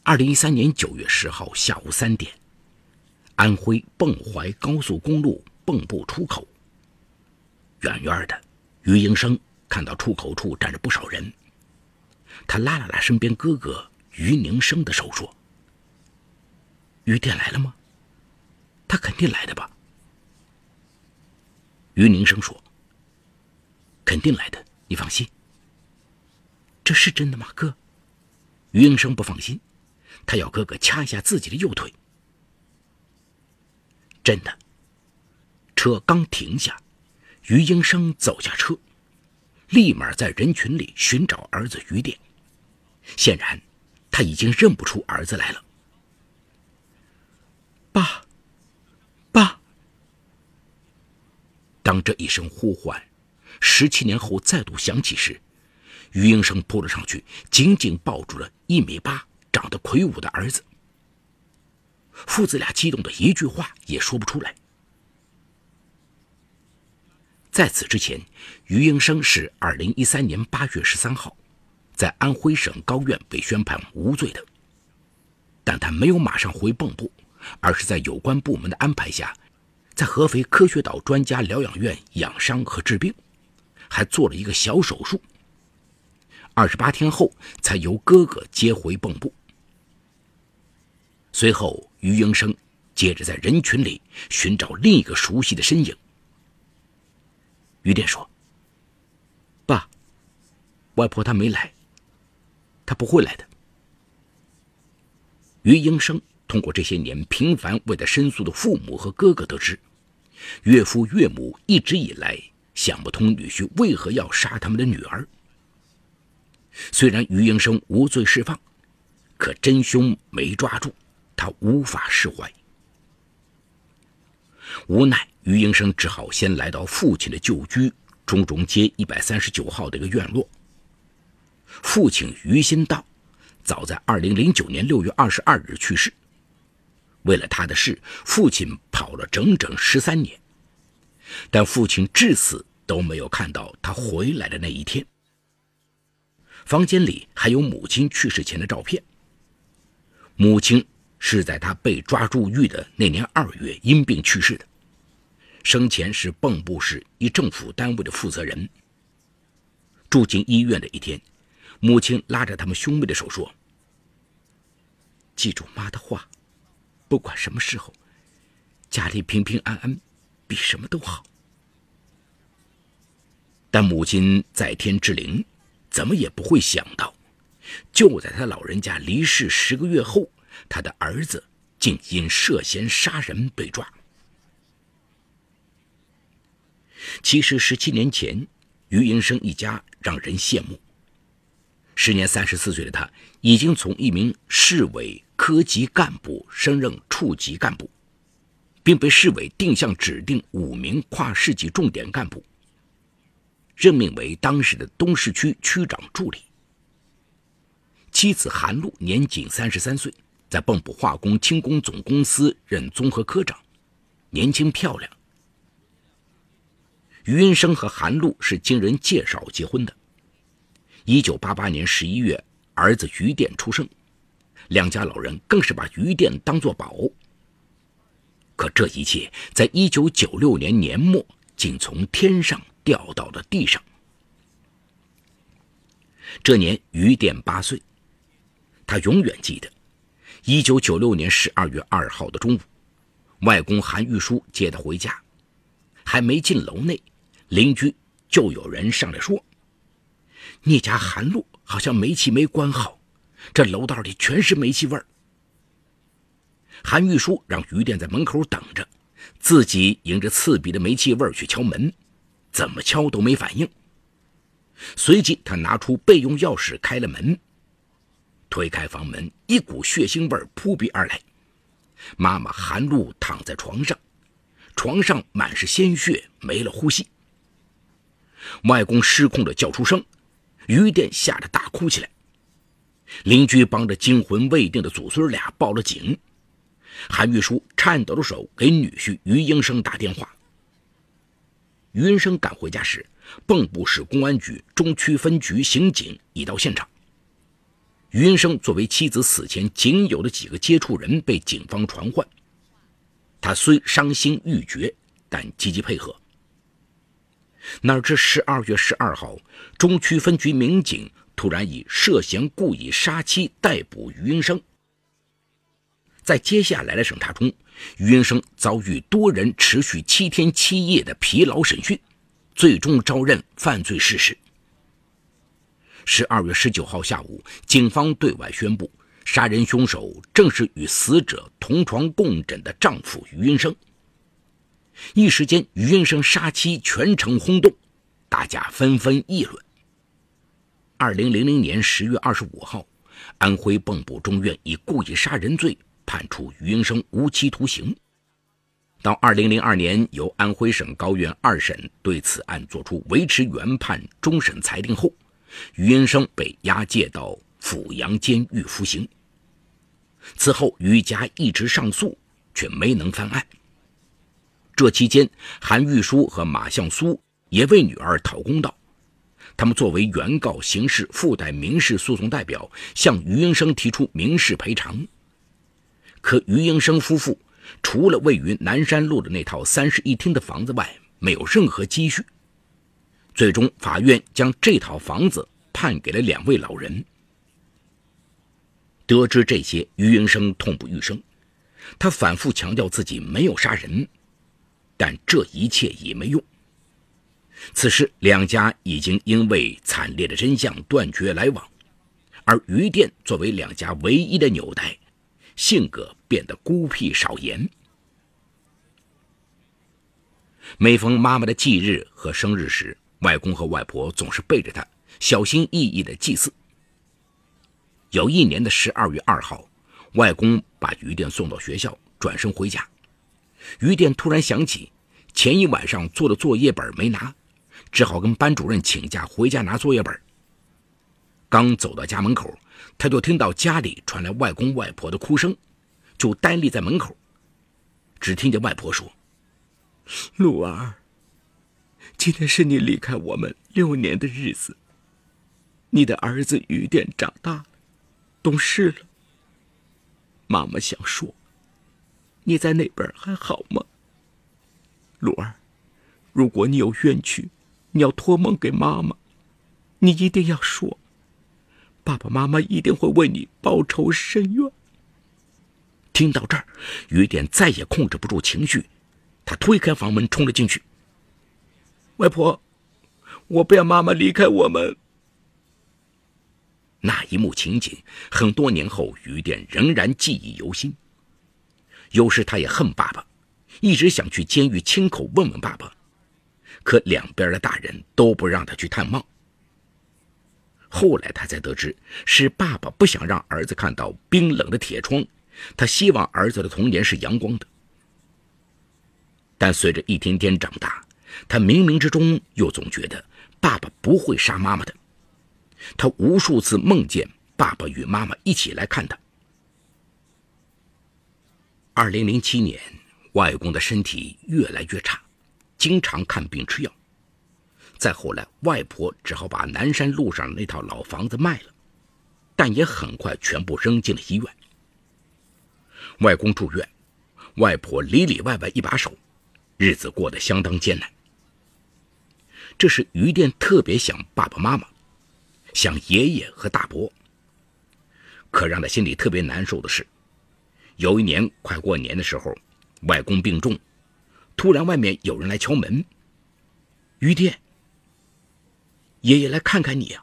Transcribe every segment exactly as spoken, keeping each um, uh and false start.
二零一三年九月十号下午三点，安徽蚌淮高速公路蚌埠出口，远远的，于英生看到出口处站着不少人，他拉了拉身边哥哥于宁生的手说：“于店来了吗？他肯定来的吧？”于宁生说：“肯定来的，你放心。”“这是真的吗，哥？”于英生不放心，他要哥哥掐一下自己的右腿。真的。车刚停下，于英生走下车，立马在人群里寻找儿子于店。显然他已经认不出儿子来了。爸，爸！当这一声呼唤十七年后再度响起时，于英生扑了上去，紧紧抱住了一米八、长得魁梧的儿子。父子俩激动的一句话也说不出来。在此之前，于英生是二零一三年八月十三号在安徽省高院被宣判无罪的，但他没有马上回蚌埠，而是在有关部门的安排下，在合肥科学岛专家疗养院养伤和治病，还做了一个小手术。二十八天后才由哥哥接回蚌埠。随后，于英生接着在人群里寻找另一个熟悉的身影。于店说：“爸，外婆她没来，她不会来的。”于英生通过这些年频繁为他申诉的父母和哥哥得知，岳父岳母一直以来想不通女婿为何要杀他们的女儿。虽然于英生无罪释放，可真凶没抓住，他无法释怀。无奈，于英生只好先来到父亲的旧居中荣街一百三十九号的一个院落。父亲于新道早在二零零九年六月二十二日去世，为了他的事，父亲跑了整整十三年，但父亲至死都没有看到他回来的那一天。房间里还有母亲去世前的照片，母亲是在他被抓入狱的那年二月因病去世的，生前是蚌埠市一政府单位的负责人。住进医院的一天，母亲拉着他们兄妹的手说：“记住妈的话，不管什么时候，家里平平安安比什么都好。”但母亲在天之灵怎么也不会想到，就在他老人家离世十个月后，他的儿子竟因涉嫌杀人被抓。其实十七年前，于英生一家让人羡慕。时年三十四岁的他，已经从一名市委科级干部升任处级干部，并被市委定向指定五名跨市级重点干部，任命为当时的东市区区长助理。妻子韩露年仅三十三岁，在蚌埠化工轻工总公司任综合科长，年轻漂亮。于英生和韩露是经人介绍结婚的。一九八八年十一月，儿子于店出生，两家老人更是把于店当作宝。可这一切在一九九六年年末竟从天上掉到了地上。这年于店八岁，他永远记得一九九六年十二月二号的中午，外公韩玉书接他回家，还没进楼内，邻居就有人上来说：“你家韩露好像煤气没关好，这楼道里全是煤气味儿。”韩玉书让于店在门口等着，自己迎着刺鼻的煤气味儿去敲门，怎么敲都没反应。随即他拿出备用钥匙开了门，推开房门，一股血腥味扑鼻而来。妈妈韩露躺在床上，床上满是鲜血，没了呼吸。外公失控的叫出声，于店吓得大哭起来。邻居帮着惊魂未定的祖孙俩报了警。韩玉书颤抖的手给女婿于英生打电话。于英生赶回家时，蚌埠市公安局中区分局刑警已到现场。 于云生作为妻子死前仅有的几个接触人被警方传唤，他虽伤心欲绝，但积极配合。哪知十二月十二号，中区分局民警突然以涉嫌故意杀妻逮捕于云生。在接下来的审查中，于云生遭遇多人持续七天七夜的疲劳审讯，最终招认犯罪事实。十二月十九号下午，警方对外宣布，杀人凶手正是与死者同床共枕的丈夫于云生。一时间，于云生杀妻全城轰动，大家纷纷议论。二零零零年十月二十五号，安徽蚌埠中院以故意杀人罪判处于云生无期徒刑。到二零零二年，由安徽省高院二审对此案作出维持原判终审裁定后，于云生被押解到阜阳监狱服刑。此后，于家一直上诉，却没能翻案。这期间，韩玉书和马向苏也为女儿讨公道。他们作为原告刑事附带民事诉讼代表，向于云生提出民事赔偿。可于云生夫妇除了位于南山路的那套三室一厅的房子外，没有任何积蓄。最终，法院将这套房子判给了两位老人。得知这些，于云生痛不欲生，他反复强调自己没有杀人，但这一切已没用。此时，两家已经因为惨烈的真相断绝来往，而于店作为两家唯一的纽带，性格变得孤僻少言。每逢妈妈的忌日和生日时，外公和外婆总是背着她小心翼翼地祭祀。有一年的十二月二号，外公把于店送到学校，转身回家。于店突然想起前一晚上做的作业本没拿，只好跟班主任请假回家拿作业本。刚走到家门口，他就听到家里传来外公外婆的哭声，就呆立在门口。只听见外婆说：“ 陆儿，今天是你离开我们六年的日子，你的儿子于店长大了，懂事了。妈妈想说，你在那边还好吗？陆儿，如果你有冤屈，你要托梦给妈妈，你一定要说，爸爸妈妈一定会为你报仇伸冤。” 听到这儿，于店再也控制不住情绪，他推开房门冲了进去。 外婆，我不要妈妈离开我们。 那一幕情景，很多年后于店仍然记忆犹新。有时他也恨爸爸，一直想去监狱亲口问问爸爸，可两边的大人都不让他去探望。后来他才得知，是爸爸不想让儿子看到冰冷的铁窗，他希望儿子的童年是阳光的。但随着一天天长大，他冥冥之中又总觉得爸爸不会杀妈妈的。他无数次梦见爸爸与妈妈一起来看他。二零零七年，外公的身体越来越差，经常看病吃药。再后来，外婆只好把南山路上那套老房子卖了，但也很快全部扔进了医院。外公住院，外婆里里外外一把手，日子过得相当艰难。这时于店特别想爸爸妈妈，想爷爷和大伯。可让他心里特别难受的是，有一年快过年的时候，外公病重，突然外面有人来敲门。于店，爷爷来看看你啊。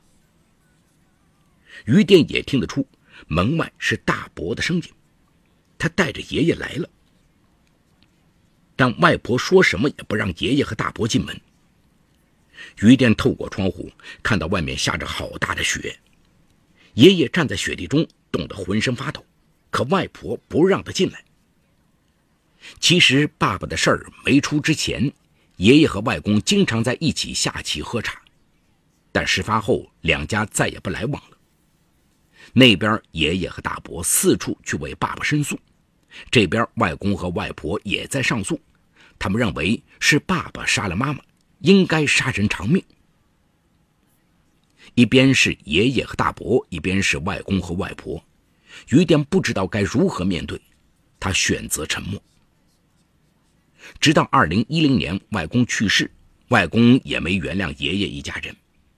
于店也听得出门外是大伯的声音，他带着爷爷来了。但外婆说什么也不让爷爷和大伯进门。于店透过窗户看到外面下着好大的雪，爷爷站在雪地中冻得浑身发抖，可外婆不让他进来。其实爸爸的事儿没出之前，爷爷和外公经常在一起下棋喝茶，但事发后两家再也不来往了。那边爷爷和大伯四处去为爸爸申诉，这边外公和外婆也在上诉，他们认为是爸爸杀了妈妈，应该杀人偿命。 一边是爷爷和大伯，一边是外公和外婆。于店不知道该如何面对，他选择沉默。直到二零一零年外公去世，外公也没原谅爷爷一家人。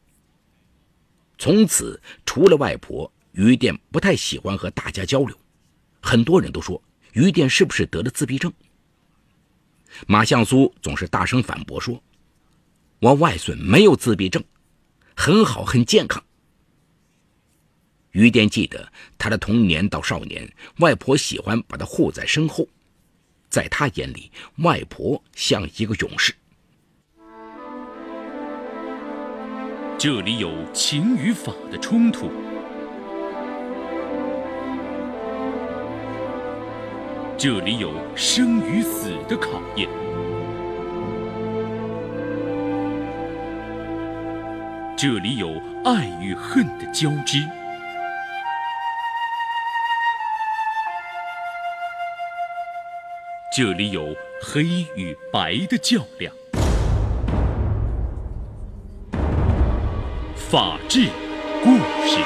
从此除了外婆，于店不太喜欢和大家交流。很多人都说于店是不是得了自闭症。马相苏总是大声反驳说，我外孙没有自闭症，很好很健康。于店记得他的童年到少年，外婆喜欢把他护在身后，在他眼里，外婆像一个勇士。 这里有情与法的冲突，这里有生与死的考验，这里有爱与恨的交织，这里有黑与白的较量。法治故事。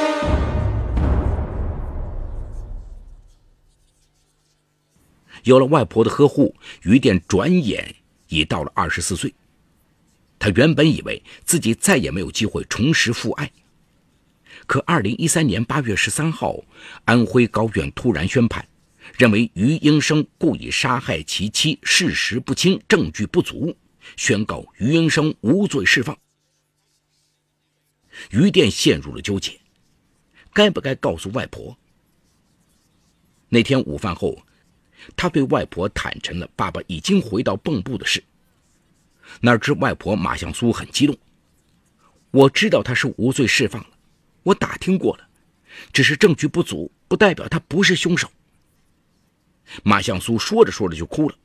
有了外婆的呵护，于店转眼已到了二十四岁。他原本以为自己再也没有机会重拾父爱，可二零一三年八月十三号，安徽高院突然宣判，认为于英生故意杀害其妻，事实不清，证据不足，宣告于英生无罪释放。于店陷入了纠结，该不该告诉外婆？那天午饭后，他对外婆坦诚了爸爸已经回到蚌埠的事。哪知外婆马相苏很激动，我知道他是无罪释放了，我打听过了，只是证据不足，不代表他不是凶手。马相苏说着说着就哭了。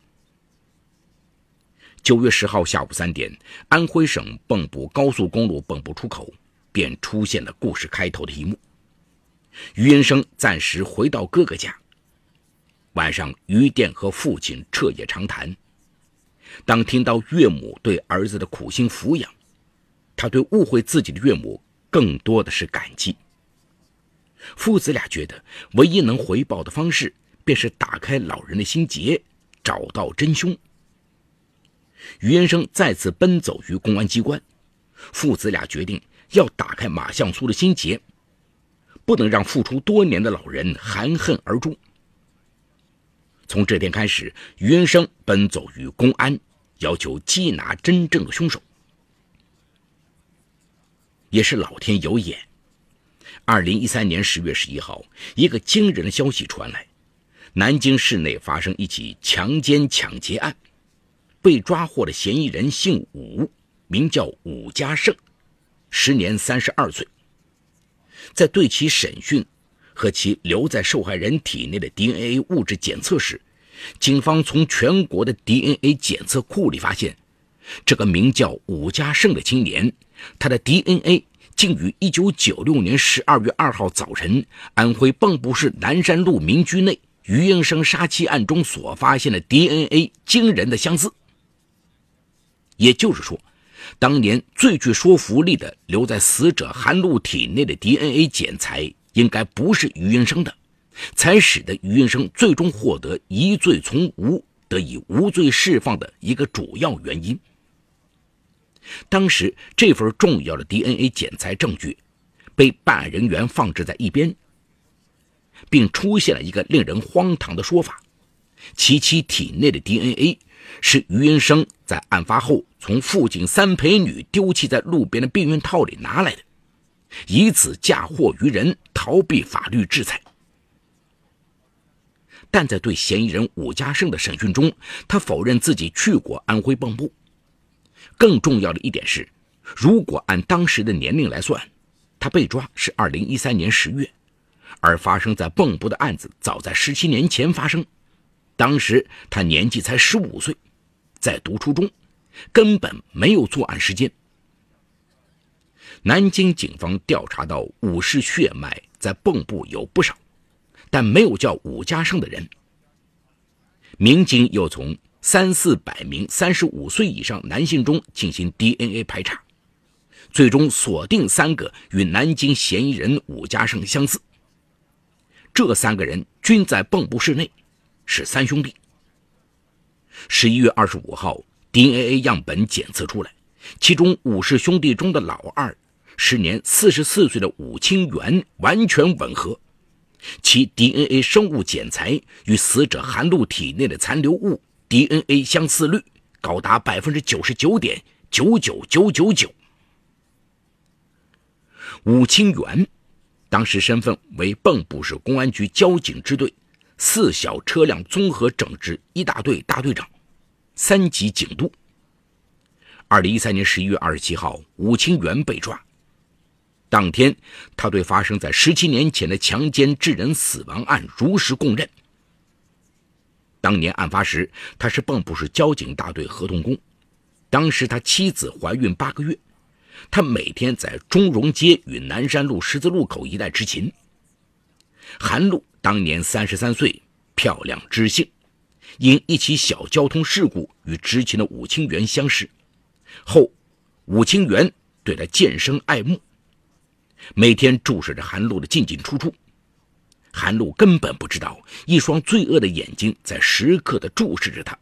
九月十号下午三点，安徽省蚌埠高速公路蚌埠出口便出现了故事开头的一幕。于英生暂时回到哥哥家，晚上于店和父亲彻夜长谈。当听到岳母对儿子的苦心抚养，他对误会自己的岳母更多的是感激。父子俩觉得唯一能回报的方式便是打开老人的心结，找到真凶。于英生再次奔走于公安机关，父子俩决定要打开马相苏的心结，不能让付出多年的老人含恨而终。从这天开始，于英生奔走于公安，要求缉拿真正的凶手。也是老天有眼，二零一三年十月十一号，一个惊人的消息传来，南京市内发生一起强奸抢劫案，被抓获的嫌疑人姓武，名叫武家胜，时年三十二岁。在对其审讯和其留在受害人体内的 D N A 物质检测时，警方从全国的 D N A 检测库里发现，这个名叫武家胜的青年，他的 D N A 竟与一九九六年十二月二号早晨安徽蚌埠市南山路民居内于英生杀妻案中所发现的 D N A 惊人的相似。也就是说，当年最具说服力的留在死者韩露体内的 D N A 检材应该不是于英生的，才使得于英生最终获得疑罪从无，得以无罪释放的一个主要原因。当时这份重要的 D N A 检材证据被办案人员放置在一边，并出现了一个令人荒唐的说法，其妻体内的 D N A 是于英生在案发后从父亲三陪女丢弃在路边的避孕套里拿来的，以此嫁祸于人，逃避法律制裁。但在对嫌疑人武家胜的审讯中，他否认自己去过安徽蚌埠。更重要的一点是，如果按当时的年龄来算，他被抓是二零一三年十月，而发生在蚌埠的案子早在十七年前发生，当时他年纪才十五岁，在读初中，根本没有作案时间。南京警方调查到武氏血脉在蚌埠有不少，但没有叫武家胜的人。民警又从三四百名三十五岁以上男性中进行 D N A 排查， 最终锁定三个与南京嫌疑人武家胜相似。这三个人均在蚌埠市内，是三兄弟。十一月二十五号 D N A 样本检测出来，其中武氏兄弟中的老二时年四十四岁的武清源完全吻合，其 D N A 生物检材与死者韩露体内的残留物 D N A 相似率高达 百分之九十九点九九九九九。 武清源当时身份为蚌埠市公安局交警支队四小车辆综合整治一大队大队长，三级警督。二零一三年十一月二十七号，武清源被抓。当天，他对发生在十七年前的强奸致人死亡案如实供认。当年案发时，他是蚌埠市交警大队合同工，当时他妻子怀孕八个月，他每天在中荣街与南山路十字路口一带执勤。韩露当年三十三岁，漂亮知性，因一起小交通事故与执勤的武清源相识，后武清源对他渐生爱慕，每天注视着韩露的进进出出。韩露根本不知道一双罪恶的眼睛在时刻地注视着他。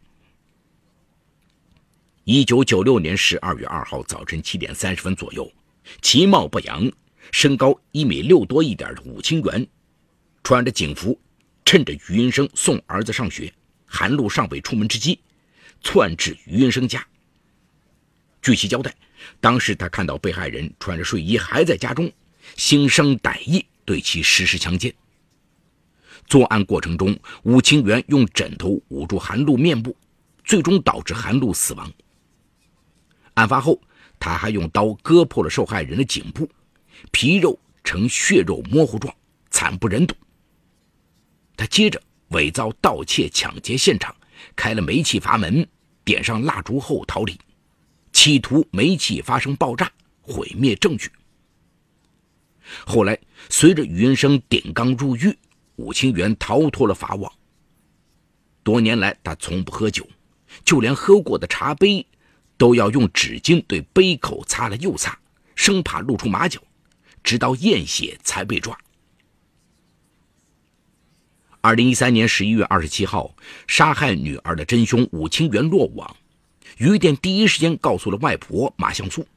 一九九六年十二月二号早晨七点三十分左右，其貌不扬，身高一米六多一点的武清源，穿着警服，趁着于云生送儿子上学，韩露尚未出门之机，窜至于云生家。据其交代，当时他看到被害人穿着睡衣还在家中，心生歹意，对其实施强奸。作案过程中，武清源用枕头捂住韩露面部，最终导致韩露死亡。案发后，他还用刀割破了受害人的颈部，皮肉呈血肉模糊状，惨不忍睹。他接着伪造盗窃抢劫现场，开了煤气阀门，点上蜡烛后逃离，企图煤气发生爆炸，毁灭证据。后来随着于云生顶缸入狱，武清源逃脱了法网。多年来他从不喝酒，就连喝过的茶杯都要用纸巾对杯口擦了又擦，生怕露出马脚，直到验血才被抓。二零一三年十一月二十七号，杀害女儿的真凶武清源落网，于店第一时间告诉了外婆马向苏。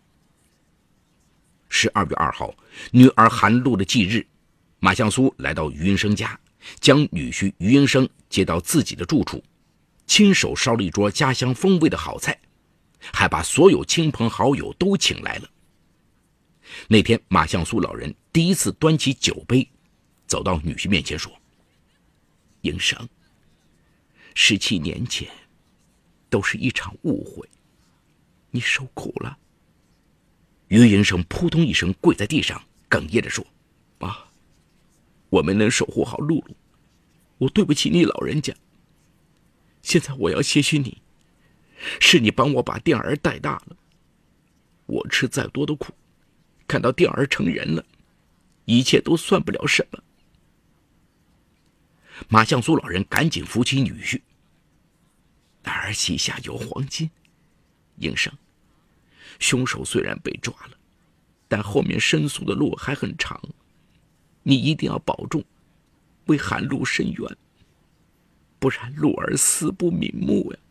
十二月二号，女儿韩露的忌日，马向苏来到于云生家，将女婿于云生接到自己的住处，亲手烧了一桌家乡风味的好菜，还把所有亲朋好友都请来了。那天马向苏老人第一次端起酒杯，走到女婿面前说：“营生，十七年前都是一场误会，你受苦了。”于营生扑通一声跪在地上，哽咽着说：“妈，我没能守护好露露，我对不起你老人家。现在我要谢谢你，是你帮我把店儿带大了。我吃再多的苦，看到店儿成人了，一切都算不了什么。”马向苏老人赶紧扶起女婿：“儿膝下有黄金，营生，凶手虽然被抓了，但后面申诉的路还很长，你一定要保重，为韩露伸冤，不然露儿死不瞑目呀。”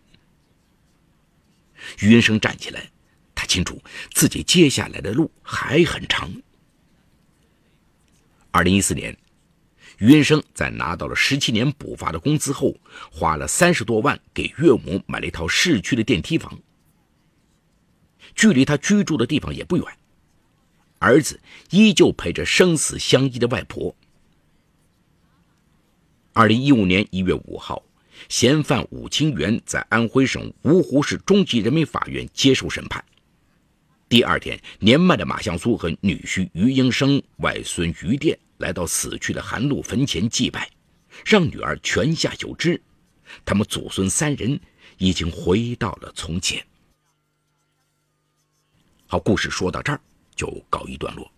于云生站起来，他清楚自己接下来的路还很长。二零一四年，于云生在拿到了十七年补发的工资后，花了三十多万给岳母买了一套市区的电梯房，距离他居住的地方也不远。儿子依旧陪着生死相依的外婆。二零一五年一月五号，嫌犯武清源在安徽省芜湖市中级人民法院接受审判。第二天，年迈的马向苏和女婿于英生、外孙于店来到死去的韩露坟前祭拜，让女儿泉下有知，他们祖孙三人已经回到了从前。好，故事说到这儿就告一段落。